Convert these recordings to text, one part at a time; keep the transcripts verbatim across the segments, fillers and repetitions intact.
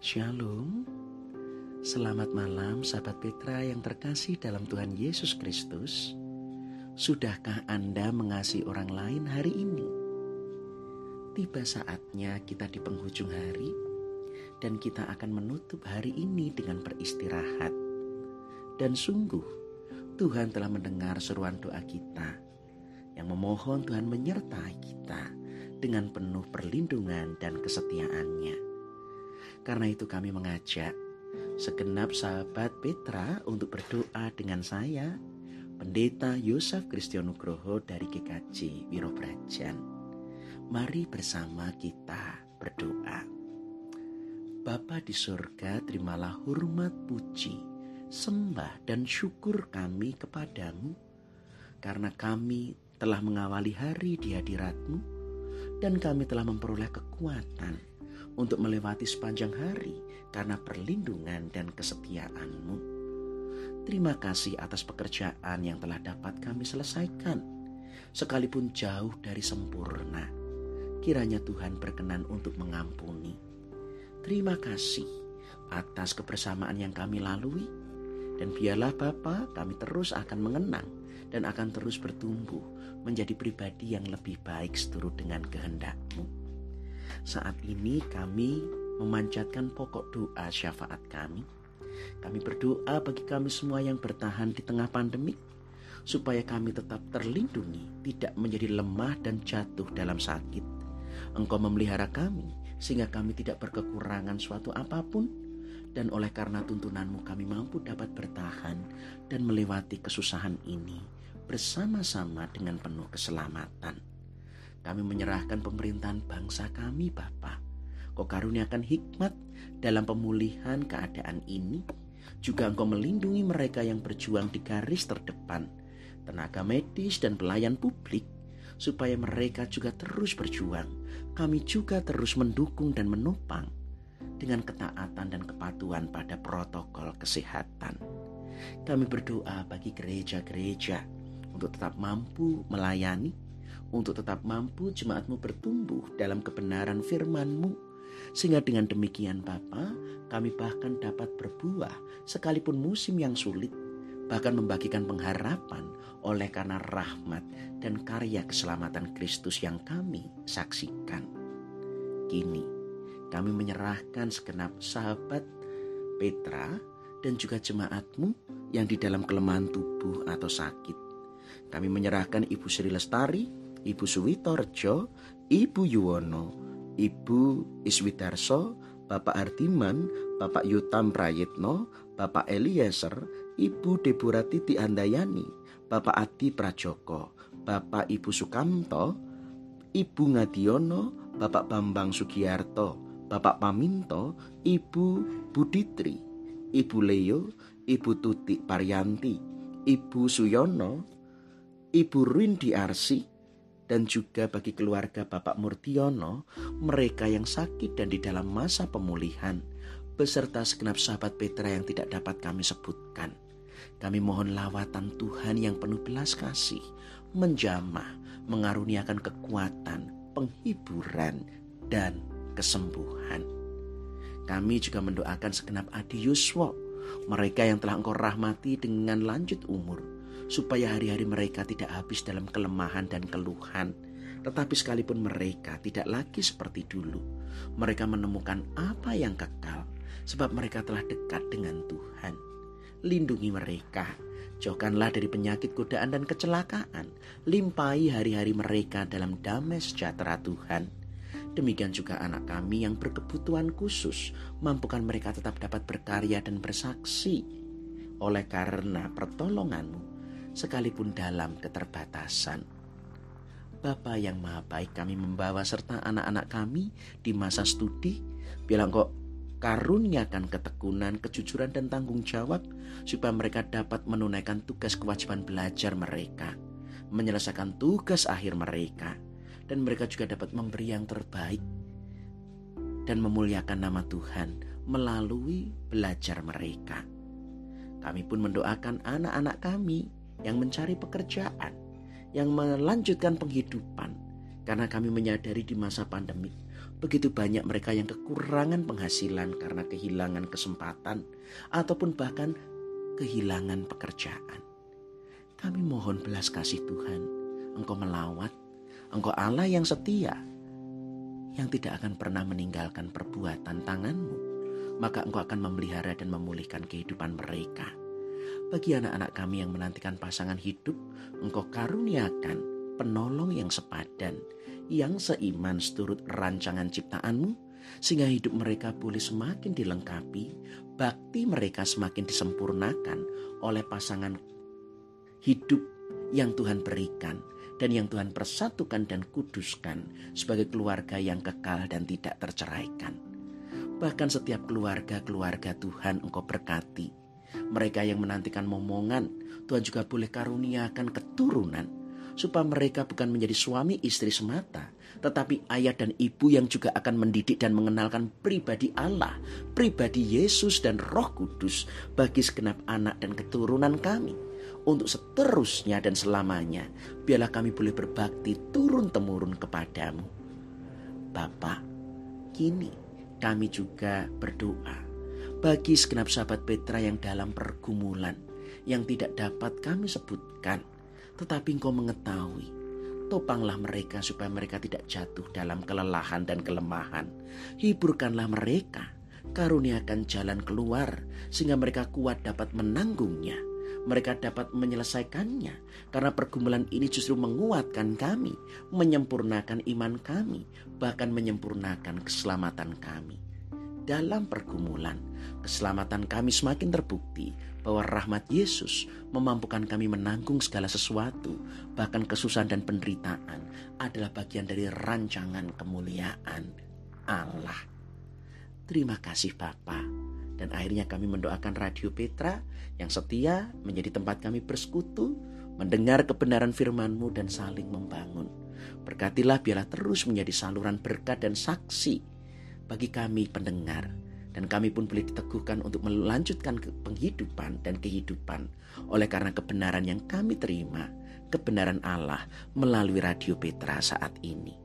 Shalom, selamat malam sahabat Petra yang terkasih dalam Tuhan Yesus Kristus. Sudahkah Anda mengasihi orang lain hari ini? Tiba saatnya kita di penghujung hari dan kita akan menutup hari ini dengan beristirahat. Dan sungguh Tuhan telah mendengar seruan doa kita yang memohon Tuhan menyertai kita dengan penuh perlindungan dan kesetiaannya. Karena itu kami mengajak segenap sahabat Petra untuk berdoa dengan saya, Pendeta Yosef Kristianugroho dari G K J Wirobrajan. Mari bersama kita berdoa. Bapa di surga, terimalah hormat, puji, sembah dan syukur kami kepadamu, karena kami telah mengawali hari di hadirat-Mu dan kami telah memperoleh kekuatan untuk melewati sepanjang hari karena perlindungan dan kesetiaan-Mu. Terima kasih atas pekerjaan yang telah dapat kami selesaikan, sekalipun jauh dari sempurna. Kiranya Tuhan berkenan untuk mengampuni. Terima kasih atas kebersamaan yang kami lalui, dan biarlah Bapa kami terus akan mengenang dan akan terus bertumbuh menjadi pribadi yang lebih baik seturut dengan kehendak-Mu. Saat ini kami memanjatkan pokok doa syafaat kami. Kami berdoa bagi kami semua yang bertahan di tengah pandemi, supaya kami tetap terlindungi, tidak menjadi lemah dan jatuh dalam sakit. Engkau memelihara kami, sehingga kami tidak berkekurangan suatu apapun, dan oleh karena tuntunan-Mu kami mampu dapat bertahan dan melewati kesusahan ini bersama-sama dengan penuh keselamatan. Kami menyerahkan pemerintahan bangsa kami, Bapa. Kau karuniakan hikmat dalam pemulihan keadaan ini. Juga Engkau melindungi mereka yang berjuang di garis terdepan, tenaga medis dan pelayan publik, supaya mereka juga terus berjuang. Kami juga terus mendukung dan menopang dengan ketaatan dan kepatuhan pada protokol kesehatan. Kami berdoa bagi gereja-gereja untuk tetap mampu melayani, untuk tetap mampu jemaat-Mu bertumbuh dalam kebenaran firman-Mu, sehingga dengan demikian Bapa, kami bahkan dapat berbuah sekalipun musim yang sulit, bahkan membagikan pengharapan oleh karena rahmat dan karya keselamatan Kristus yang kami saksikan. Kini kami menyerahkan segenap sahabat Petra dan juga jemaat-Mu yang di dalam kelemahan tubuh atau sakit. Kami menyerahkan Ibu Sri Lestari, Ibu Suwito Rejo, Ibu Yuwono, Ibu Iswidarso, Bapak Ardiman, Bapak Yutam Prayitno, Bapak Eliezer, Ibu Deborah Titi Handayani, Bapak Adi Prajoko, Bapak Ibu Sukamto, Ibu Ngadiono, Bapak Bambang Sugiarto, Bapak Paminto, Ibu Buditri, Ibu Leo, Ibu Tuti Paryanti, Ibu Suyono, Ibu Rindi Arsi, dan juga bagi keluarga Bapak Murtiono, mereka yang sakit dan di dalam masa pemulihan, beserta segenap sahabat Petra yang tidak dapat kami sebutkan. Kami mohon lawatan Tuhan yang penuh belas kasih, menjamah, mengaruniakan kekuatan, penghiburan, dan kesembuhan. Kami juga mendoakan segenap Adi Yuswo, mereka yang telah Engkau rahmati dengan lanjut umur, supaya hari-hari mereka tidak habis dalam kelemahan dan keluhan, tetapi sekalipun mereka tidak lagi seperti dulu, mereka menemukan apa yang kekal, sebab mereka telah dekat dengan Tuhan. Lindungi mereka, jauhkanlah dari penyakit, godaan dan kecelakaan, limpahi hari-hari mereka dalam damai sejahtera Tuhan. Demikian juga anak kami yang berkebutuhan khusus, mampukan mereka tetap dapat berkarya dan bersaksi oleh karena pertolongan-Mu, sekalipun dalam keterbatasan. Bapa yang maha baik, kami membawa serta anak-anak kami di masa studi. Biarlah Engkau karuniakan ketekunan, kejujuran dan tanggung jawab, supaya mereka dapat menunaikan tugas kewajiban belajar mereka, menyelesaikan tugas akhir mereka, dan mereka juga dapat memberi yang terbaik dan memuliakan nama Tuhan melalui belajar mereka. Kami pun mendoakan anak-anak kami yang mencari pekerjaan, yang melanjutkan penghidupan, karena kami menyadari di masa pandemi Begitu banyak mereka yang kekurangan penghasilan karena kehilangan kesempatan ataupun bahkan kehilangan pekerjaan. Kami mohon belas kasih Tuhan, Engkau melawat, Engkau Allah yang setia, yang tidak akan pernah meninggalkan perbuatan tangan-Mu, maka Engkau akan memelihara dan memulihkan kehidupan mereka. Bagi anak-anak kami yang menantikan pasangan hidup, Engkau karuniakan penolong yang sepadan, yang seiman seturut rancangan ciptaan-Mu, sehingga hidup mereka boleh semakin dilengkapi, bakti mereka semakin disempurnakan oleh pasangan hidup yang Tuhan berikan dan yang Tuhan persatukan dan kuduskan sebagai keluarga yang kekal dan tidak terceraikan. Bahkan setiap keluarga-keluarga Tuhan Engkau berkati. Mereka yang menantikan momongan, Tuhan juga boleh karuniakan keturunan, supaya mereka bukan menjadi suami istri semata, tetapi ayah dan ibu yang juga akan mendidik dan mengenalkan pribadi Allah, pribadi Yesus dan Roh Kudus bagi segenap anak dan keturunan kami. Untuk seterusnya dan selamanya, biarlah kami boleh berbakti turun-temurun kepadamu. Bapa, kini kami juga berdoa bagi segenap sahabat Petra yang dalam pergumulan, yang tidak dapat kami sebutkan, tetapi Engkau mengetahui. Topanglah mereka supaya mereka tidak jatuh dalam kelelahan dan kelemahan. Hiburkanlah mereka, karuniakan jalan keluar, sehingga mereka kuat dapat menanggungnya. Mereka dapat menyelesaikannya, karena pergumulan ini justru menguatkan kami, menyempurnakan iman kami, bahkan menyempurnakan keselamatan kami. Dalam pergumulan, keselamatan kami semakin terbukti bahwa rahmat Yesus memampukan kami menanggung segala sesuatu, bahkan kesusahan dan penderitaan adalah bagian dari rancangan kemuliaan Allah. Terima kasih Bapa. Dan akhirnya kami mendoakan Radio Petra yang setia menjadi tempat kami bersekutu, mendengar kebenaran firman-Mu dan saling membangun. Berkatilah biarlah terus menjadi saluran berkat dan saksi bagi kami pendengar, dan kami pun boleh diteguhkan untuk melanjutkan penghidupan dan kehidupan oleh karena kebenaran yang kami terima, kebenaran Allah melalui Radio Petra saat ini.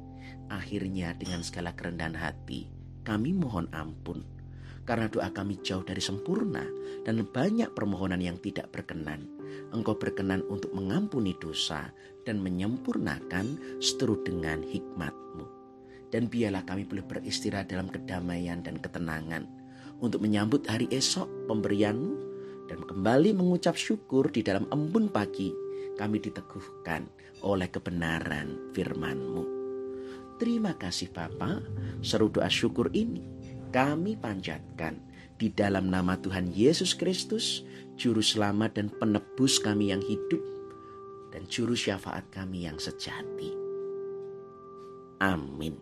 Akhirnya dengan segala kerendahan hati kami mohon ampun, karena doa kami jauh dari sempurna dan banyak permohonan yang tidak berkenan. Engkau berkenan untuk mengampuni dosa dan menyempurnakan seturut dengan hikmat-Mu. Dan biarlah kami boleh beristirahat dalam kedamaian dan ketenangan untuk menyambut hari esok pemberian-Mu dan kembali mengucap syukur di dalam embun pagi kami diteguhkan oleh kebenaran firman-Mu. Terima kasih Bapa, seru doa syukur ini kami panjatkan di dalam nama Tuhan Yesus Kristus, Juru Selamat dan Penebus kami yang hidup dan Juru Syafaat kami yang sejati. Amin.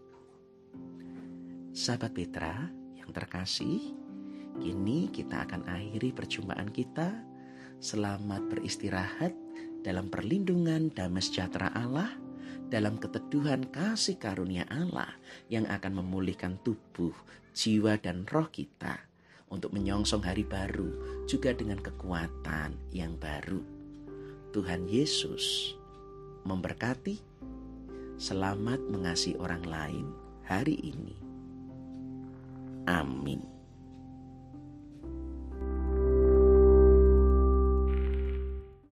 Sahabat Petra yang terkasih, kini kita akan akhiri perjumpaan kita. Selamat beristirahat dalam perlindungan damai sejahtera Allah, dalam keteduhan kasih karunia Allah yang akan memulihkan tubuh, jiwa dan roh kita untuk menyongsong hari baru juga dengan kekuatan yang baru. Tuhan Yesus memberkati. Selamat mengasihi orang lain hari ini. Amin.